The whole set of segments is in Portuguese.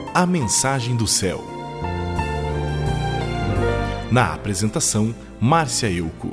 A Mensagem do Céu. Na apresentação, Márcia Euco.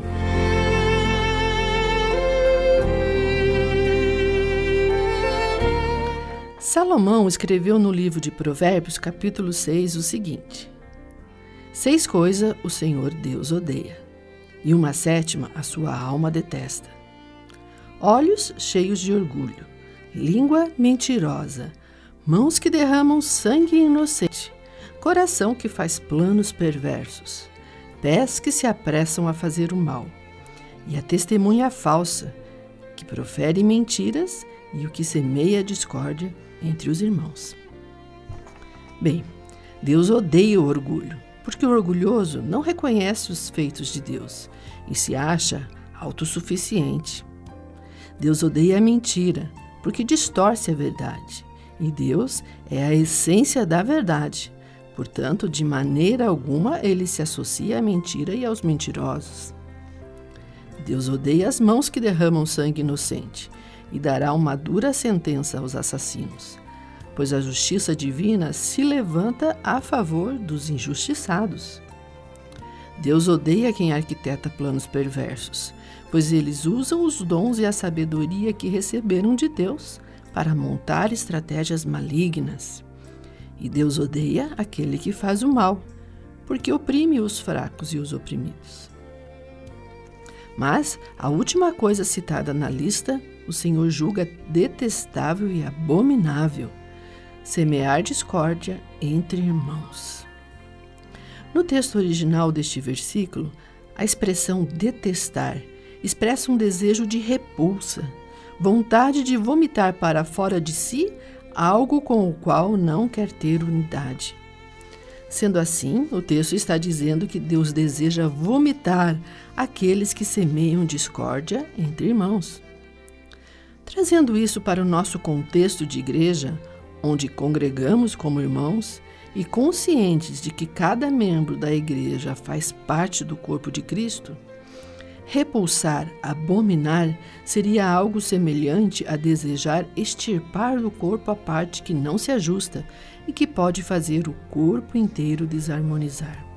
Salomão escreveu no livro de Provérbios, capítulo 6, o seguinte: 6 coisas o Senhor Deus odeia, e uma 7ª a sua alma detesta: olhos cheios de orgulho, língua mentirosa, mãos que derramam sangue inocente, coração que faz planos perversos, pés que se apressam a fazer o mal, e a testemunha falsa, que profere mentiras e o que semeia discórdia entre os irmãos. Bem, Deus odeia o orgulho, porque o orgulhoso não reconhece os feitos de Deus e se acha autossuficiente. Deus odeia a mentira, porque distorce a verdade, e Deus é a essência da verdade. Portanto, de maneira alguma ele se associa à mentira e aos mentirosos. Deus odeia as mãos que derramam sangue inocente e dará uma dura sentença aos assassinos, pois a justiça divina se levanta a favor dos injustiçados. Deus odeia quem arquiteta planos perversos, pois eles usam os dons e a sabedoria que receberam de Deus para montar estratégias malignas. E Deus odeia aquele que faz o mal, porque oprime os fracos e os oprimidos. Mas a última coisa citada na lista, o Senhor julga detestável e abominável: semear discórdia entre irmãos. No texto original deste versículo, a expressão detestar expressa um desejo de repulsa, vontade de vomitar para fora de si algo com o qual não quer ter unidade. Sendo assim, o texto está dizendo que Deus deseja vomitar aqueles que semeiam discórdia entre irmãos. Trazendo isso para o nosso contexto de igreja, onde congregamos como irmãos e conscientes de que cada membro da igreja faz parte do corpo de Cristo, repulsar, abominar, seria algo semelhante a desejar extirpar do corpo a parte que não se ajusta e que pode fazer o corpo inteiro desarmonizar.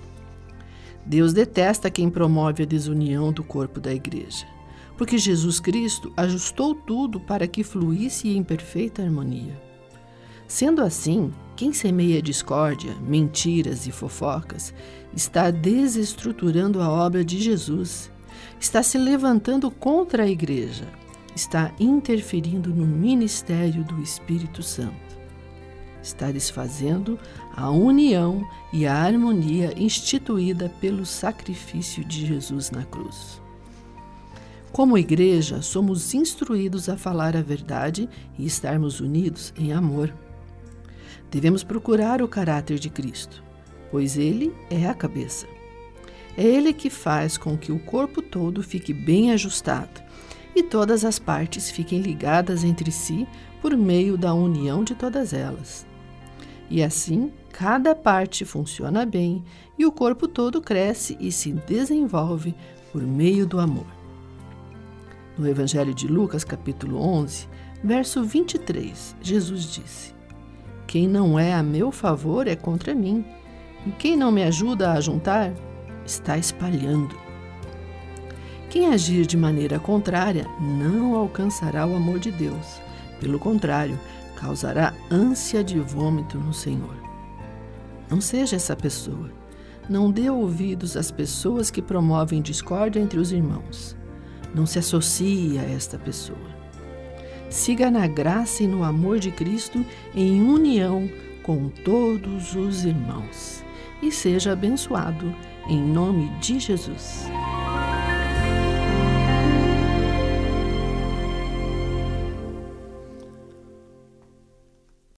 Deus detesta quem promove a desunião do corpo da igreja, porque Jesus Cristo ajustou tudo para que fluísse em perfeita harmonia. Sendo assim, quem semeia discórdia, mentiras e fofocas está desestruturando a obra de Jesus, está se levantando contra a igreja, está interferindo no ministério do Espírito Santo, está desfazendo a união e a harmonia instituída pelo sacrifício de Jesus na cruz. Como igreja, somos instruídos a falar a verdade e estarmos unidos em amor. Devemos procurar o caráter de Cristo, pois Ele é a cabeça. É Ele que faz com que o corpo todo fique bem ajustado e todas as partes fiquem ligadas entre si por meio da união de todas elas. E assim, cada parte funciona bem e o corpo todo cresce e se desenvolve por meio do amor. No Evangelho de Lucas, capítulo 11, verso 23, Jesus disse: quem não é a meu favor é contra mim, e quem não me ajuda a juntar está espalhando. Quem agir de maneira contrária não alcançará o amor de Deus. Pelo contrário, causará ânsia de vômito no Senhor. Não seja essa pessoa. Não dê ouvidos às pessoas que promovem discórdia entre os irmãos. Não se associe a esta pessoa. Siga na graça e no amor de Cristo em união com todos os irmãos. E seja abençoado em nome de Jesus.